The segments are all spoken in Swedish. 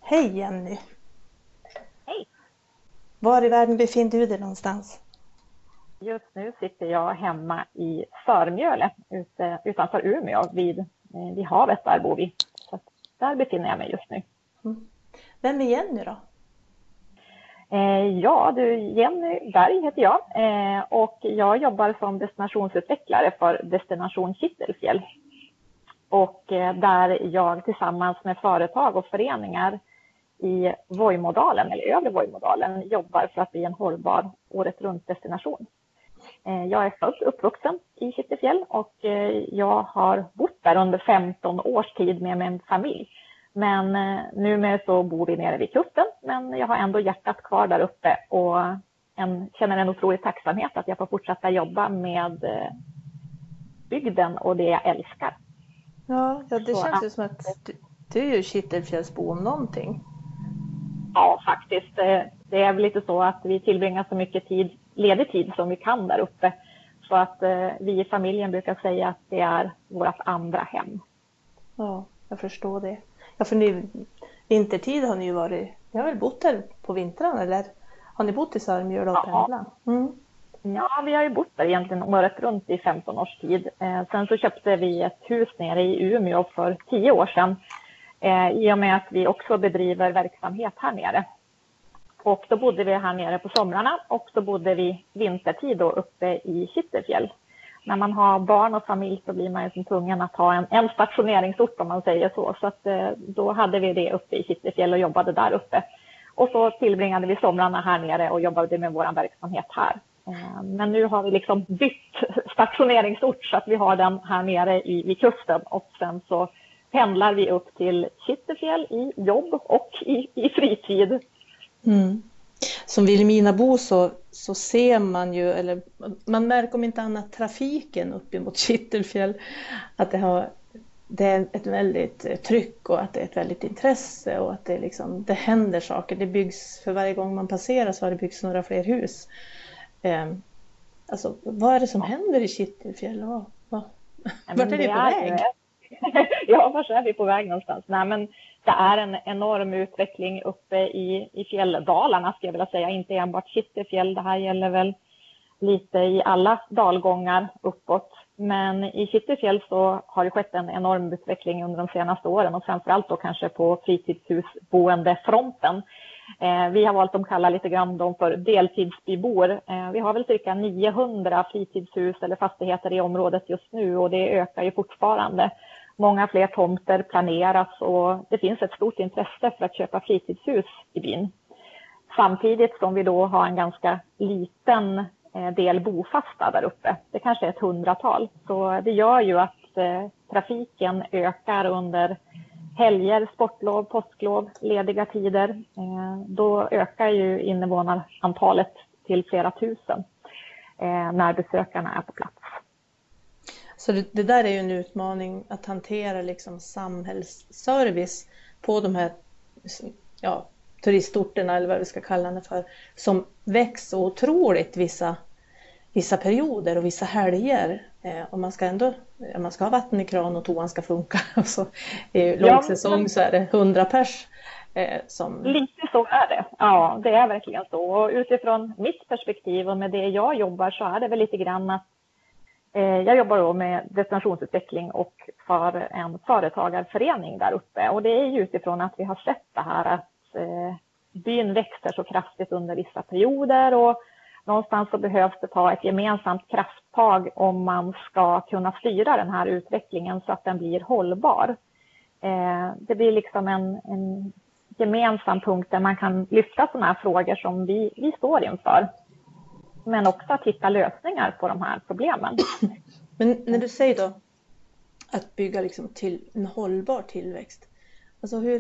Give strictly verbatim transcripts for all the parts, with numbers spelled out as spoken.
Hej Jenny! Hej! Var i världen befinner du dig någonstans? Just nu sitter jag hemma i Sörmjöle ute, utanför Umeå vid, vid havet. Där bor vi. Så där befinner jag mig just nu. Mm. Vem är Jenny då? Eh, ja, du, Jenny Berg heter jag eh, och jag jobbar som destinationsutvecklare för Destination Kittelfjäll. Och eh, där jag tillsammans med företag och föreningar i Vojmådalen eller övre Vojmådalen jobbar för att bli en hållbar året runt destination. Jag är född uppvuxen i Kittelfjäll och jag har bott där under femton års tid med min familj. Men numera så bor vi nere vid kusten, men jag har ändå hjärtat kvar där uppe och en, känner en otrolig tacksamhet att jag får fortsätta jobba med bygden och det jag älskar. Ja, ja det så känns att, ju som att du, du är ju Kittelfjällsbo om någonting. Ja, faktiskt. Det är väl lite så att vi tillbringar så mycket tid, ledig tid som vi kan där uppe. Så att eh, vi i familjen brukar säga att det är vårt andra hem. Ja, jag förstår det. Ja, för ni, vintertid har ni ju varit, ni har väl bott där på vintern eller har ni bott i Sörmjöle och pendlat? Mm. Ja, vi har ju bott där egentligen året runt i femton års tid. Eh, sen så köpte vi ett hus nere i Umeå för tio år sedan. Eh, I och med att vi också bedriver verksamhet här nere. Och då bodde vi här nere på somrarna och så bodde vi vintertid då uppe i Kittelfjäll. När man har barn och familj så blir man ju som tvungen att ha en, en stationeringsort om man säger så. Så att, eh, då hade vi det uppe i Kittelfjäll och jobbade där uppe. Och så tillbringade vi somrarna här nere och jobbade med vår verksamhet här. Eh, men nu har vi liksom bytt stationeringsort så att vi har den här nere i, vid kusten och sen så pendlar vi upp till Kittelfjäll i jobb och i, i fritid. Mm. Som Vilhelminabo så, så ser man ju, eller man märker om inte annat trafiken upp emot Kittelfjäll, att det, har, det är ett väldigt tryck och att det är ett väldigt intresse och att det, liksom, det händer saker. Det byggs, för varje gång man passerar så har det byggts några fler hus. Eh, alltså, vad är det som händer i Kittelfjäll? Vad, vad, vart är vi på väg? Ja, vart är vi på väg någonstans? Nej, men det är en enorm utveckling uppe i, i fjälldalarna ska jag vilja säga. Inte enbart Kittelfjäll, det här gäller väl lite i alla dalgångar uppåt. Men i Kittelfjäll så har det skett en enorm utveckling under de senaste åren och framförallt då kanske på fritidshusboendefronten. Eh, vi har valt att kalla lite grann dem för deltidsbybor. Eh, vi har väl cirka niohundra fritidshus eller fastigheter i området just nu och det ökar ju fortfarande. Många fler tomter planeras och det finns ett stort intresse för att köpa fritidshus i byn. Samtidigt som vi då har en ganska liten del bofasta där uppe. Det kanske är ett hundratal. Så det gör ju att eh, trafiken ökar under helger, sportlov, påsklov, lediga tider. Eh, då ökar ju invånarantalet till flera tusen eh, när besökarna är på plats. Så det, det där är ju en utmaning att hantera liksom samhällsservice på de här ja, turistorterna eller vad vi ska kalla det för, som växer otroligt vissa, vissa perioder och vissa helger. Eh, och man ska ändå man ska ha vatten i kran och toan ska funka. Så i långsäsong så är det hundra pers. Eh, som... Lite så är det. Ja, det är verkligen så. Och utifrån mitt perspektiv och med det jag jobbar så är det väl lite grann att jag jobbar då med destinationsutveckling och för en företagarförening där uppe. Och det är ju utifrån att vi har sett det här att byn växer så kraftigt under vissa perioder. Och någonstans så behövs det ta ett gemensamt krafttag om man ska kunna styra den här utvecklingen så att den blir hållbar. Det blir liksom en, en gemensam punkt där man kan lyfta sådana här frågor som vi, vi står inför. Men också att hitta lösningar på de här problemen. Men när du säger då att bygga liksom till en hållbar tillväxt. Alltså hur,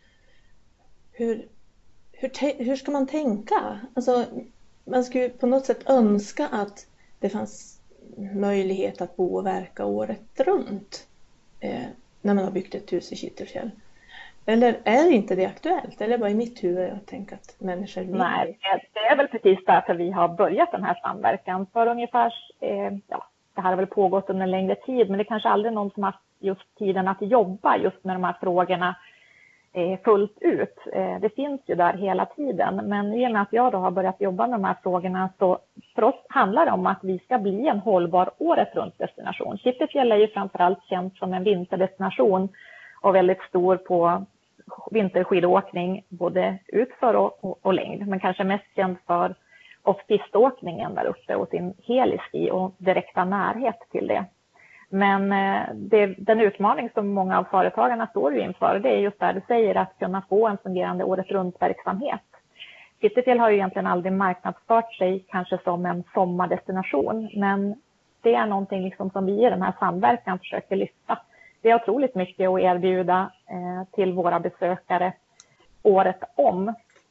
hur, hur, hur ska man tänka? Alltså man skulle ju på något sätt önska att det fanns möjlighet att bo och verka året runt. Eh, när man har byggt ett hus i Kittelfjäll. Eller är inte det aktuellt? Eller bara i mitt huvud jag tänker att människor vill? Nej, det är väl precis därför vi har börjat den här samverkan. För ungefär, eh, ja, det här har väl pågått under en längre tid. Men det är kanske aldrig någon som har just tiden att jobba just med de här frågorna eh, fullt ut. Eh, det finns ju där hela tiden, men i och med att jag då har börjat jobba med de här frågorna, så för oss handlar det om att vi ska bli en hållbar året runt destination. Kittelfjäll är ju framförallt känt som en vinterdestination och väldigt stor på vinterskidåkning, både utför och, och, och längd, men kanske mest känd för off-piståkningen där uppe och sin heliski och direkta närhet till det. Men eh, det, den utmaning som många av företagarna står inför, det är just där du säger, att kunna få en fungerande året runt verksamhet. Kittelfjäll har ju egentligen aldrig marknadsfört sig kanske som en sommardestination, men det är någonting liksom som vi i den här samverkan försöker lyfta. Det är otroligt mycket att erbjuda eh, till våra besökare året om.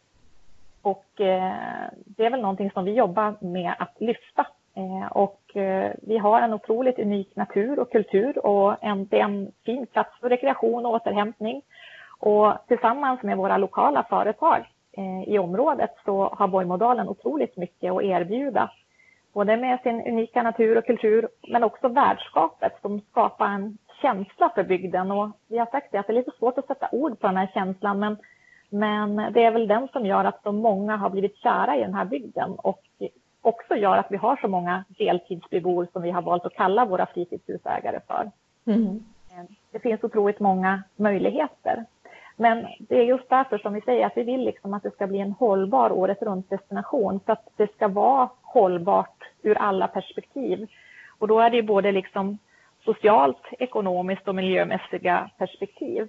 Och eh, det är väl någonting som vi jobbar med att lyfta. Eh, och eh, vi har en otroligt unik natur och kultur, och en, det är en fin plats för rekreation och återhämtning. Och tillsammans med våra lokala företag eh, i området så har Borgmårdalen otroligt mycket att erbjuda. Både med sin unika natur och kultur, men också värdskapet som skapar en känsla för bygden. Och vi har sagt det, att det är lite svårt att sätta ord på den här känslan, men, men det är väl den som gör att så många har blivit kära i den här bygden, och också gör att vi har så många deltidsbebor som vi har valt att kalla våra fritidshusägare för. Mm. Det finns otroligt många möjligheter. Men det är just därför som vi säger att vi vill liksom att det ska bli en hållbar året runt destination, för att det ska vara hållbart ur alla perspektiv. Och då är det ju både liksom socialt, ekonomiskt och miljömässiga perspektiv.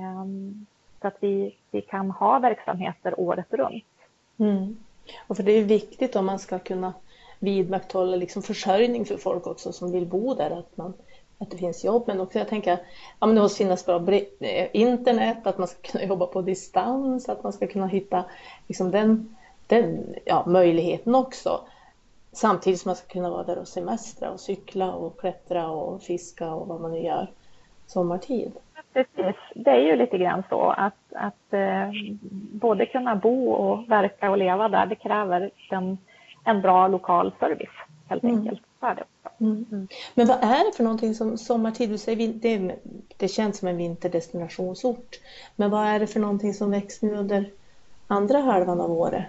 Så att vi, vi kan ha verksamheter året runt. Mm. Och för det är viktigt om man ska kunna vidmakthålla liksom försörjning för folk också som vill bo där, att, man, att det finns jobb. Men också jag tänker, ja, men det måste finnas bra internet, att man ska kunna jobba på distans, att man ska kunna hitta liksom den, den ja, möjligheten också. Samtidigt som man ska kunna vara där och semestra och cykla och klättra och fiska och vad man nu gör sommartid. Precis, det är ju lite grann så att, att eh, både kunna bo och verka och leva där, det kräver en, en bra lokal service helt mm. enkelt. För det. Mm. Mm. Men vad är det för någonting som sommartid, du säger, det, det känns som en vinterdestinationsort, men vad är det för någonting som växer nu under andra halvan av året?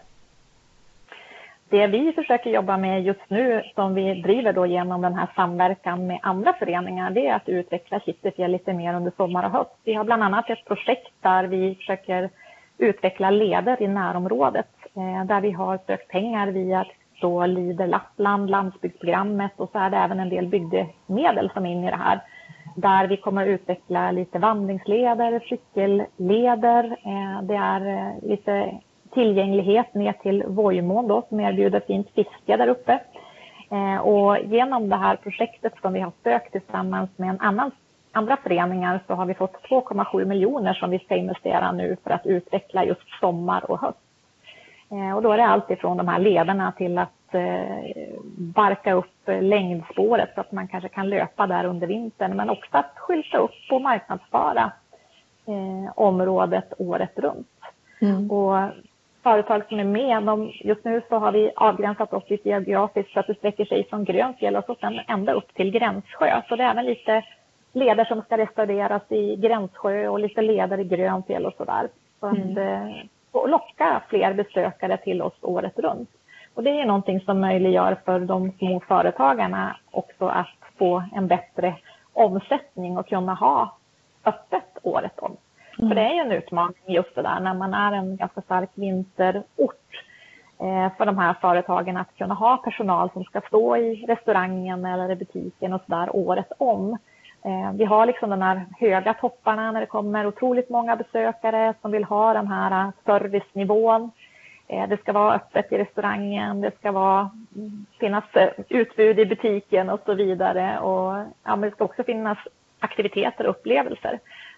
Det vi försöker jobba med just nu, som vi driver då genom den här samverkan med andra föreningar, det är att utveckla Kittelfjäll lite mer under sommar och höst. Vi har bland annat ett projekt där vi försöker utveckla leder i närområdet, eh, där vi har sökt pengar via då Lider Lappland, landsbygdsprogrammet, och så är det även en del bygdemedel som är inne i det här. Där vi kommer att utveckla lite vandringsleder, cykelleder, eh, det är eh, lite tillgänglighet ner till Vojmån då, som erbjuder fint fiske där uppe. Eh, och genom det här projektet som vi har sökt tillsammans med en annan, andra föreningar, så har vi fått två komma sju miljoner som vi ska investera nu för att utveckla just sommar och höst. Eh, och då är det allt ifrån de här lederna till att eh, barka upp längdspåret så att man kanske kan löpa där under vintern, men också att skylta upp och marknadsföra eh, området året runt. Mm. Och företag som är med, de, just nu så har vi avgränsat oss lite geografiskt så att det sträcker sig från Grönfjäll och så sen ända upp till Gränssjö. Så det är även lite leder som ska restaureras i Gränssjö och lite leder i Grönfjäll och sådär. Så att mm. eh, locka fler besökare till oss året runt. Och det är någonting som möjliggör för de små företagarna också att få en bättre omsättning och kunna ha öppet året om. Mm. För det är ju en utmaning just det där när man är en ganska stark vinterort eh, för de här företagen att kunna ha personal som ska stå i restaurangen eller i butiken och så där året om. Eh, vi har liksom den här höga topparna när det kommer otroligt många besökare som vill ha den här servicenivån. Eh, det ska vara öppet i restaurangen, det ska vara, finnas utbud i butiken och så vidare. Och ja, men det ska också finnas aktiviteter och upplevelser.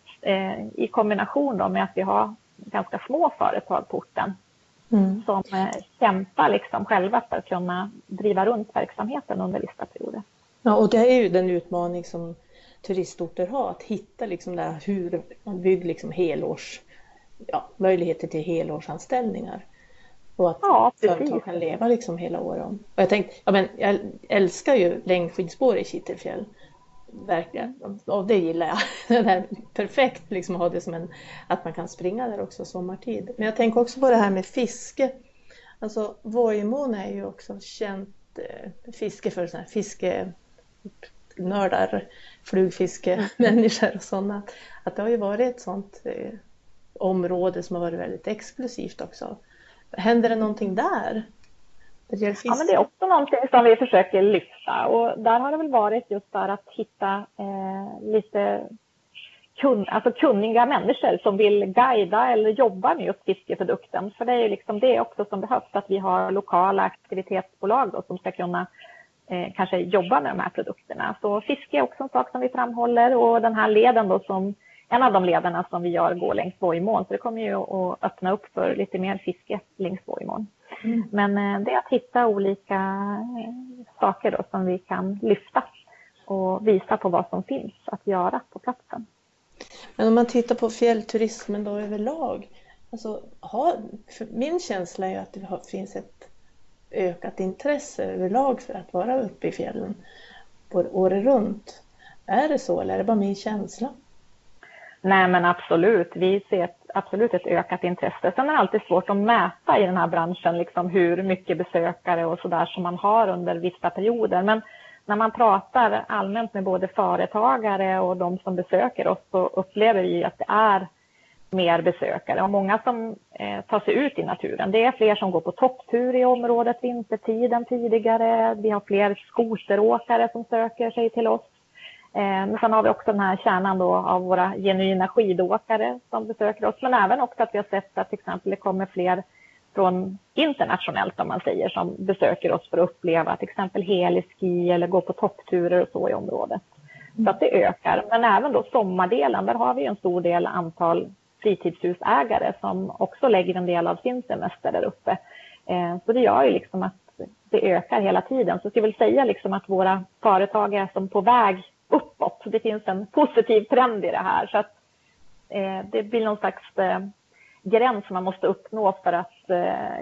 I kombination då med att vi har ganska små företag på orten mm. som eh, kämpar liksom själva för att kunna driva runt verksamheten under vissa perioder. Ja, och det är ju den utmaning som turistorter har, att hitta liksom där hur man bygger liksom helårs, ja, möjligheter till helårsanställningar. Och att ja, företag kan leva liksom hela året. Och jag tänkte, ja, men jag älskar ju längdskidspår i Kittelfjäll. verkligen, och det gillar jag. Det är perfekt liksom att ha det som en, att man kan springa där också sommartid. Men jag tänker också på det här med fiske. Alltså Vojmån är ju också känt eh, fiske för sådana här fiskenördar, flugfiskemänniskor och sådana. Att det har ju varit ett sånt eh, område som har varit väldigt exklusivt också. Händer det någonting där? Det ja, men det är också någonting som vi försöker lyfta, och där har det väl varit just för att hitta eh, lite kun, alltså kunniga människor som vill guida eller jobba med just fiskeprodukten. För det är ju liksom det också som behövs, att vi har lokala aktivitetsbolag då, som ska kunna eh, kanske jobba med de här produkterna. Så fiske är också en sak som vi framhåller, och den här leden då, som en av de lederna som vi gör går längs Vojmån, så det kommer ju att öppna upp för lite mer fiske längs Vojmån. Mm. Men eh, det är att hitta olika eh, saker då som vi kan lyfta och visa på vad som finns att göra på platsen. Men om man tittar på fjällturismen då överlag, alltså, har, för min känsla är att det har, finns ett ökat intresse överlag för att vara uppe i fjällen på året runt. Är det så, eller är det bara min känsla? Nej, men absolut. Vi ser ett, absolut ett ökat intresse. Sen är det alltid svårt att mäta i den här branschen liksom hur mycket besökare och sådär som man har under vissa perioder. Men när man pratar allmänt med både företagare och de som besöker oss, så upplever vi att det är mer besökare. Och många som eh, tar sig ut i naturen. Det är fler som går på topptur i området vintertid än tidigare. Vi har fler skoteråkare som söker sig till oss. Men sen har vi också den här kärnan då av våra genuina skidåkare som besöker oss. Men även också att vi har sett att till exempel det kommer fler från internationellt, om man säger, som besöker oss för att uppleva till exempel heliski eller gå på toppturer och så i området. Så att det ökar. Men även då sommardelen, där har vi en stor del antal fritidshusägare som också lägger en del av sin semester där uppe. Så det gör ju liksom att det ökar hela tiden. Så jag vill säga liksom att våra företag är som på väg uppåt. Det finns en positiv trend i det här, så att eh, det blir någon slags eh, gräns som man måste uppnå för att eh,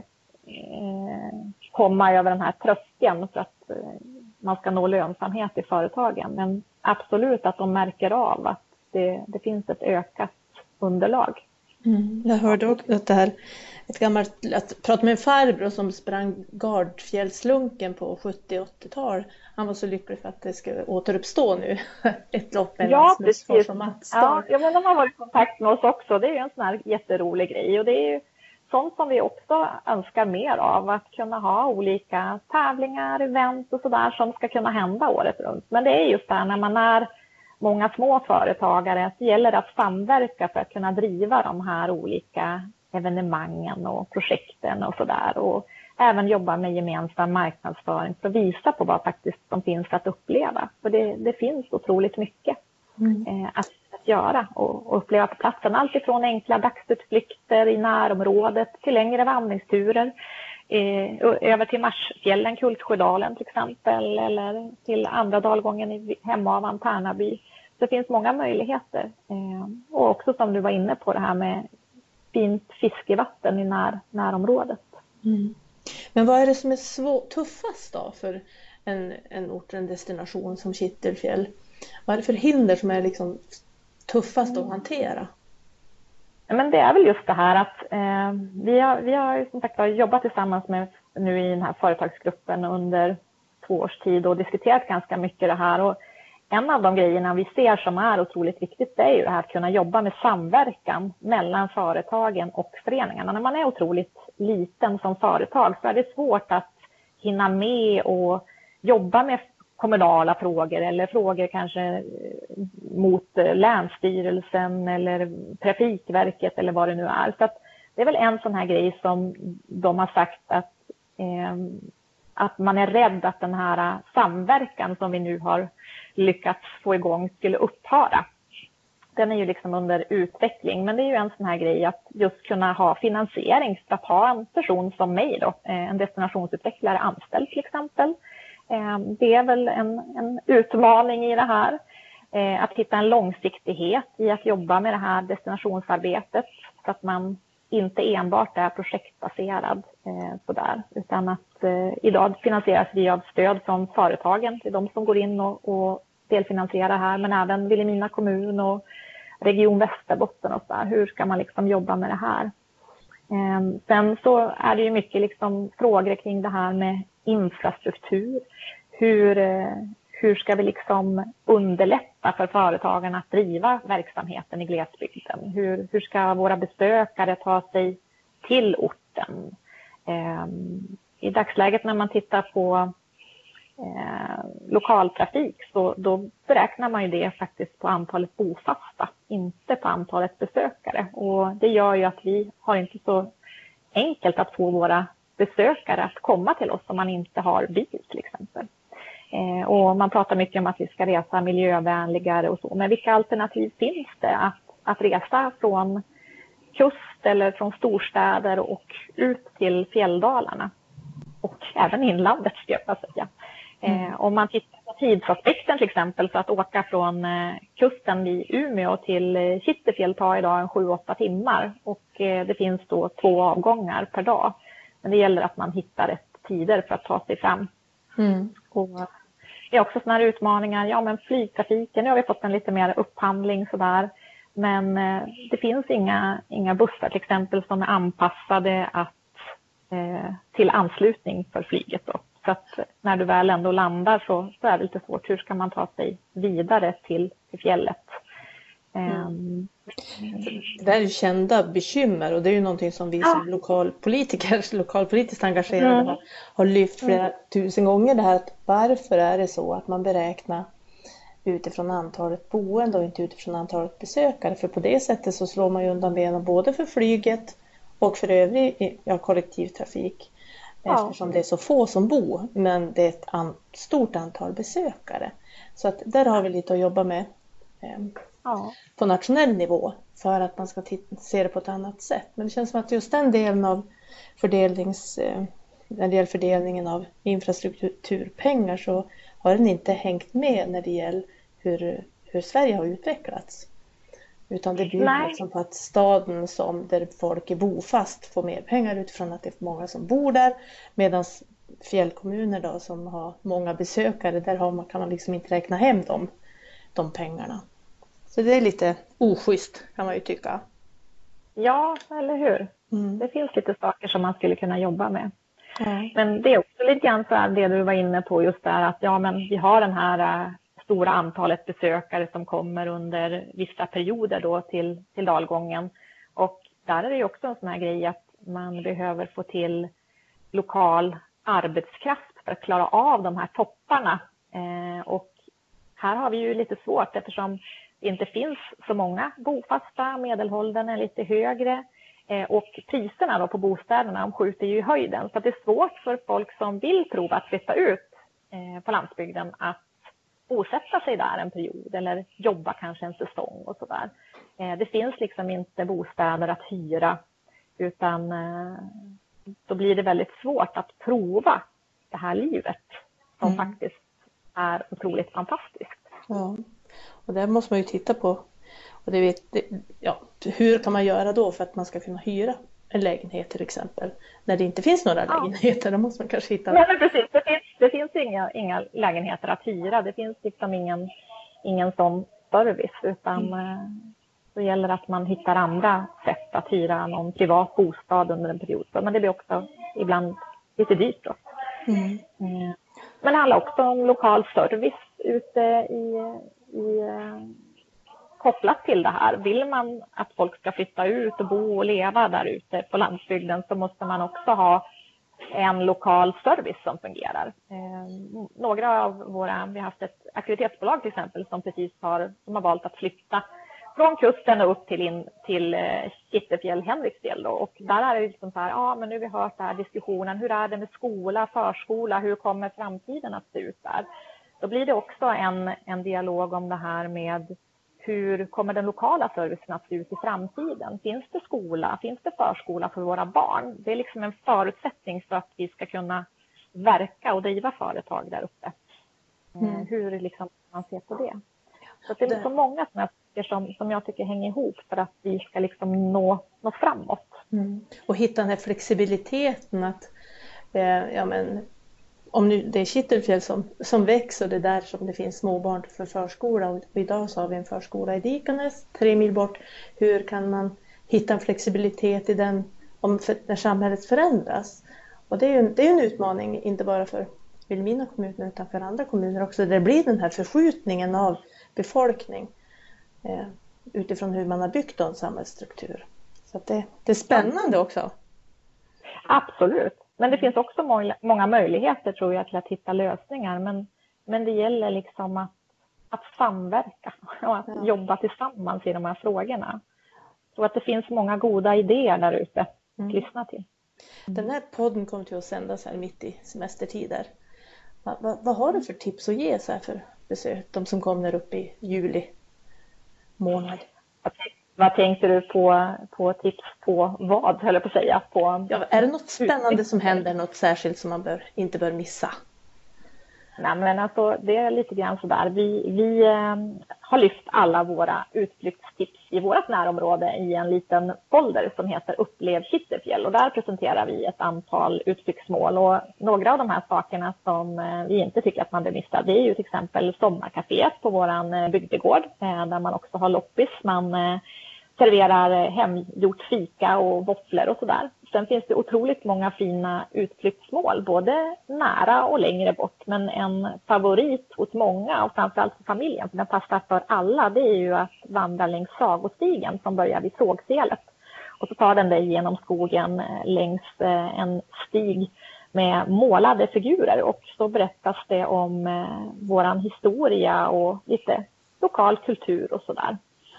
komma över den här tröskeln, för att eh, man ska nå lönsamhet i företagen. Men absolut att de märker av att det, det finns ett ökat underlag. Mm, jag hörde också att det här, ett gammalt, att prata med en farbror som sprang Gardfjällslunken på sjuttio- och åttiotal. Han var så lycklig för att det ska återuppstå nu. Ett lopp mellan ja, Smutsfors och Mattstorp. Ja, men de har varit i kontakt med oss också. Det är ju en sån här jätterolig grej. Och det är ju sånt som vi också önskar mer av. Att kunna ha olika tävlingar, event och sådär som ska kunna hända året runt. Men det är just där när man är många små företagare, så gäller det att samverka för att kunna driva de här olika evenemangen och projekten och sådär. Och även jobba med gemensam marknadsföring för att visa på vad faktiskt som finns att uppleva. För det, det finns otroligt mycket mm. eh, att, att göra och, och uppleva på platsen. Allt ifrån enkla dagsutflykter i närområdet till längre vandringsturer. Eh, över till Marsfjällen, Kultsjödalen till exempel, eller till andra dalgången i Hemavan, Tärnaby. Så det finns många möjligheter. Eh, och också som du var inne på, det här med fint fiskevatten i när, närområdet. Mm. Men vad är det som är svår, tuffast då för en, en ort, en destination som Kittelfjäll? Vad är det för hinder som är liksom tuffast att hantera? Men det är väl just det här att eh, vi har, vi har som sagt jobbat tillsammans med nu i den här företagsgruppen under två års tid och diskuterat ganska mycket det här. Och en av de grejerna vi ser som är otroligt viktigt, det är ju det här att kunna jobba med samverkan mellan företagen och föreningarna. När man är otroligt liten som företag så är det svårt att hinna med och jobba med kommunala frågor eller frågor kanske mot Länsstyrelsen eller Trafikverket eller vad det nu är. Så att det är väl en sån här grej som de har sagt att, eh, att man är rädd att den här samverkan som vi nu har lyckats få igång skulle upphöra. Den är ju liksom under utveckling, men det är ju en sån här grej att just kunna ha finansiering för att ha en person som mig då, en destinationsutvecklare anställd till exempel. Det är väl en, en utmaning i det här. Att hitta en långsiktighet i att jobba med det här destinationsarbetet så att man inte enbart är projektbaserad sådär, utan att idag finansieras vi av stöd från företagen. Det är de som går in och, och delfinansiera här, men även Vilhelmina kommun och Region Västerbotten och så där. Hur ska man liksom jobba med det här? Eh, sen så är det ju mycket liksom frågor kring det här med infrastruktur. Hur, eh, hur ska vi liksom underlätta för företagen att driva verksamheten i glesbygden? Hur, hur ska våra besökare ta sig till orten? Eh, I dagsläget när man tittar på eh, lokaltrafik så då beräknar man ju det faktiskt på antalet bofasta, inte på antalet besökare. Och det gör ju att vi har inte så enkelt att få våra besökare att komma till oss om man inte har bil till exempel. Eh, och man pratar mycket om att vi ska resa miljövänligare och så. Men vilka alternativ finns det att, att resa från kust eller från storstäder och ut till fjälldalarna? Och även inlandet ska jag säga. Mm. Eh, om man tittar på tidsaspekten till exempel, så att åka från eh, kusten i Umeå till eh, Kittelfjäll tar idag en sju åtta timmar. Och eh, det finns då två avgångar per dag. Men det gäller att man hittar rätt tider för att ta sig fram. Mm. Och det är också sådana här utmaningar. Ja, men flygtrafiken, nu har vi fått en lite mer upphandling sådär. Men eh, det finns inga, inga bussar till exempel som är anpassade att, eh, till anslutning för flyget då. Så att när du väl ändå landar så, så är det lite svårt. Hur ska man ta sig vidare till, till fjället? Mm. Det där är ju kända bekymmer och det är ju någonting som vi som lokalpolitiker, lokalpolitiskt engagerade mm. har, har lyft flera mm. tusen gånger. Det här att varför är det så att man beräknar utifrån antalet boende och inte utifrån antalet besökare? För på det sättet så slår man ju undan benen både för flyget och för övrig ja, kollektivtrafik. Ja. Eftersom det är så få som bor, men det är ett an- stort antal besökare. Så att där har vi lite att jobba med eh, ja. på nationell nivå för att man ska titta, se det på ett annat sätt. Men det känns som att just den delen av fördelnings, eh, när det gäller fördelningen av infrastrukturpengar så har den inte hängt med när det gäller hur, hur Sverige har utvecklats. Utan det blir liksom på att staden som där folk är bofast får mer pengar utifrån att det är många som bor där. Medan fjällkommuner då som har många besökare, där har man, kan man liksom inte räkna hem dem, de pengarna. Så det är lite oschysst kan man ju tycka. Ja, eller hur? Mm. Det finns lite saker som man skulle kunna jobba med. Mm. Men det är också lite grann så här det du var inne på just där att ja, men vi har den här stora antalet besökare som kommer under vissa perioder då till, till dalgången. Och där är det ju också en sån här grej att man behöver få till lokal arbetskraft för att klara av de här topparna. Eh, och här har vi ju lite svårt eftersom det inte finns så många bofasta, medelåldern är lite högre. Eh, och priserna då på bostäderna de skjuter ju i höjden. Så att det är svårt för folk som vill prova att flytta ut eh, på landsbygden att bosätta sig där en period eller jobba kanske en säsong och sådär. Eh, det finns liksom inte bostäder att hyra utan eh, då blir det väldigt svårt att prova det här livet som mm. faktiskt är otroligt fantastiskt. Ja, och det måste man ju titta på. Och det vet, det, ja, hur kan man göra då för att man ska kunna hyra en lägenhet till exempel? När det inte finns några ja. lägenheter, då måste man kanske hitta... Nej, men precis. Det finns, det finns inga, inga lägenheter att hyra. Det finns liksom ingen, ingen sån service. Utan mm. det gäller att man hittar andra sätt att hyra någon privat bostad under en period. Men det blir också ibland lite dyrt då. Mm. Men det handlar också om lokal service ute i... i kopplat till det här. Vill man att folk ska flytta ut och bo och leva där ute på landsbygden så måste man också ha en lokal service som fungerar. Eh, några av våra, vi har haft ett aktivitetsbolag till exempel som precis har, som har valt att flytta från kusten och upp till, in, till eh, Kittelfjäll, Henriksfjäll. Då. Och där är det liksom så här, ja men nu har vi hört den här diskussionen, hur är det med skola, förskola, hur kommer framtiden att se ut där? Då blir det också en, en dialog om det här med hur kommer den lokala servicen att se ut i framtiden? Finns det skola? Finns det förskola för våra barn? Det är liksom en förutsättning för att vi ska kunna verka och driva företag där uppe. Mm. Hur liksom man ser på det. Så det är så många saker som, som jag tycker hänger ihop för att vi ska liksom nå, nå framåt. Mm. Och hitta den här flexibiliteten att eh, ja, men, om nu det är Kittelfjäll som, som växer, det är där som det finns småbarn för förskola, och idag så har vi en förskola i Dikanäs, tre mil bort. Hur kan man hitta en flexibilitet i den om för, när samhället förändras? Och det är ju det är en utmaning, inte bara för Vilhelmina kommun utan för andra kommuner också. Det blir den här förskjutningen av befolkning eh, utifrån hur man har byggt en samhällsstruktur. Så att det, det är spännande också. Absolut. Men det finns också många, många möjligheter tror jag till att hitta lösningar. Men, men det gäller liksom att, att samverka och att ja. jobba tillsammans i de här frågorna. Så att det finns många goda idéer där ute att mm. lyssna till. Den här podden kommer till att sändas här mitt i semestertider. Va, va, vad har du för tips att ge så här för besök, de som kommer upp i juli månad? Vad tänkte du på, på tips på vad, höll jag på att säga? På, ja, är det något spännande som händer, något särskilt som man bör, inte bör missa? Nej, men alltså, det är lite grann sådär. Vi, vi eh, har lyft alla våra utflyktstips i vårt närområde i en liten folder som heter Upplev Kittelfjäll. Och där presenterar vi ett antal utflyktsmål. Och några av de här sakerna som eh, vi inte tycker att man bör missa, det är ju till exempel sommarkaféet på våran eh, bygdegård. Eh, där man också har loppis. Man eh, serverar hemgjort fika och våfflor och sådär. Sen finns det otroligt många fina utflyktsmål, både nära och längre bort. Men en favorit hos många och framförallt för familjen, för den passar för alla, det är ju att vandra längs sagostigen som börjar vid Sågselet. Och så tar den dig genom skogen längs en stig med målade figurer. Och så berättas det om våran historia och lite lokal kultur och sådär.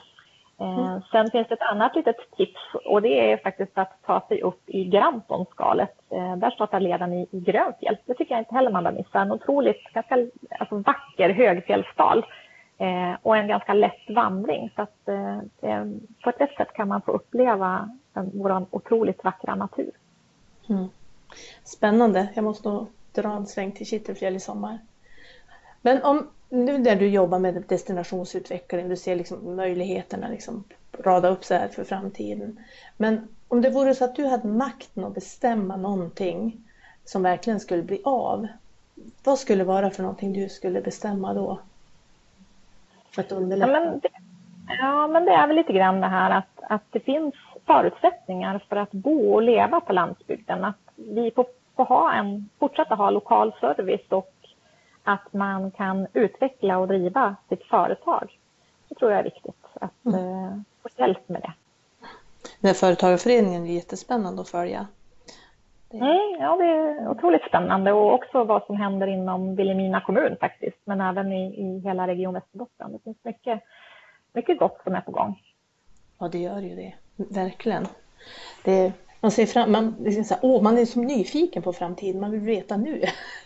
Mm. Sen finns det ett annat litet tips och det är faktiskt att ta sig upp i Grantonskalet. Där startar leden i, i Grönfjäll. Det tycker jag inte heller man bör missa. En otroligt ganska alltså, vacker högfjällsdal eh, och en ganska lätt vandring. Så att eh, på ett rätt sätt kan man få uppleva den, vår otroligt vackra natur. Mm. Spännande. Jag måste nog dra en sväng till Kittelfjäll i sommar. Men om nu när du jobbar med destinationsutveckling, du ser liksom möjligheterna liksom rada upp så här för framtiden. Men om det vore så att du hade makten att bestämma någonting som verkligen skulle bli av, vad skulle vara för någonting du skulle bestämma då? För att underlätta? Ja, men det, ja, men det är väl lite grann det här att, att det finns förutsättningar för att bo och leva på landsbygden. Att vi får, får ha en, fortsätta ha lokal service och att man kan utveckla och driva sitt företag. Det tror jag är viktigt att mm. uh, få hjälp med det. Den här företagarföreningen är jättespännande att följa. Det... Mm, ja, det är otroligt spännande och också vad som händer inom Vilhelmina kommun faktiskt. Men även i, i hela region Västerbotten. Det finns mycket, mycket gott som är på gång. Ja, det gör ju det. Verkligen. Det, man ser fram, man, det är så här, åh, man är som nyfiken på framtiden. Man vill veta nu.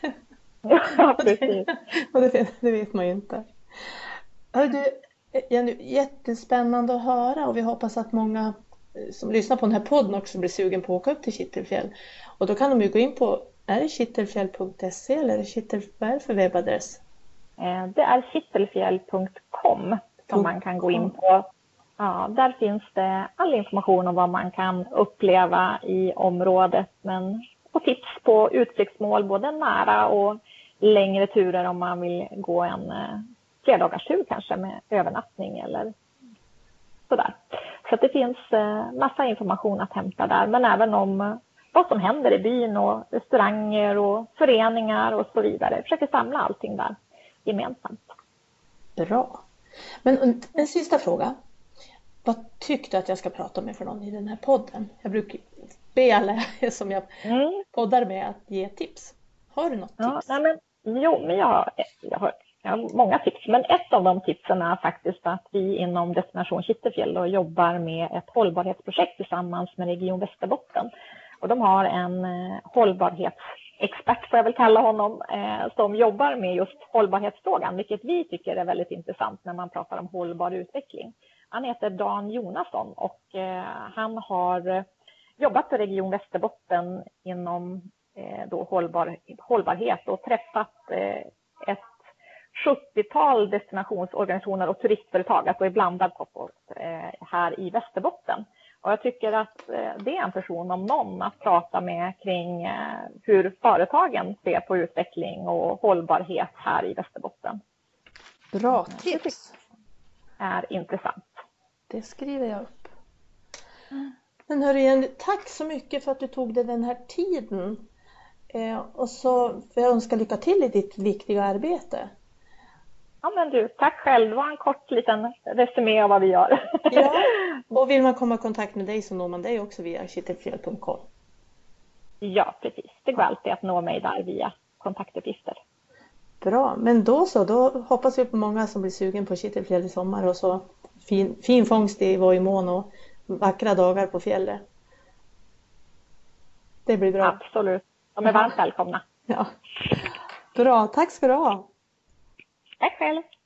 Ja, precis. Och det, det vet man ju inte. Hör du, Jenny, jättespännande att höra och vi hoppas att många som lyssnar på den här podden också blir sugen på att åka upp till Kittelfjäll. Och då kan de ju gå in på, är det kittelfjäll punkt se eller är det Kittelfjäll, vad är det för webbadress? Det är kittelfjäll punkt com som man kan gå in på. Ja, där finns det all information om vad man kan uppleva i området, men och tips på utflyktsmål både nära och längre turer om man vill gå en eh, flerdagarstur kanske med övernattning eller sådär. Så att det finns eh, massa information att hämta där, men även om eh, vad som händer i byn och restauranger och föreningar och så vidare. Jag försöker samla allting där gemensamt. Bra. Men en, en sista fråga. Vad tyckte du att jag ska prata med för någon i den här podden? Jag brukar be alla som jag mm. poddar med att ge tips. Har du något ja, tips? Nej, men, jo, men jag har, jag, har, jag har många tips. Men ett av de tipsen är faktiskt att vi inom Destination Kittelfjäll då jobbar med ett hållbarhetsprojekt tillsammans med Region Västerbotten. Och de har en eh, hållbarhetsexpert, får jag väl kalla honom, eh, som jobbar med just hållbarhetsfrågan. Vilket vi tycker är väldigt intressant när man pratar om hållbar utveckling. Han heter Dan Jonasson och eh, han har jobbat för Region Västerbotten inom eh, då hållbar, hållbarhet och träffat eh, ett sjuttiotal destinationsorganisationer och turistföretag, alltså i blandad koppel eh, här i Västerbotten. Och jag tycker att eh, det är en person om någon att prata med kring eh, hur företagen ser på utveckling och hållbarhet här i Västerbotten. Bra tips! Det är intressant. Det skriver jag upp. Men hörru Jenny, tack så mycket för att du tog dig den här tiden. Eh, och så får jag önska lycka till i ditt viktiga arbete. Ja men du, tack själv. Det var en kort liten resumé av vad vi gör. Ja, och vill man komma i kontakt med dig så når man dig också via kittelfjäll punkt com. Ja, precis. Det går alltid att nå mig där via kontaktuppgifter. Bra, men då så. Då hoppas vi på många som blir sugen på Kittelfjäll i sommar och så fin, fin fångst i Vojmån och vackra dagar på fjället. Det blir bra. Absolut. De är varmt välkomna. Ja. Bra, tack ska du ha. Tack själv.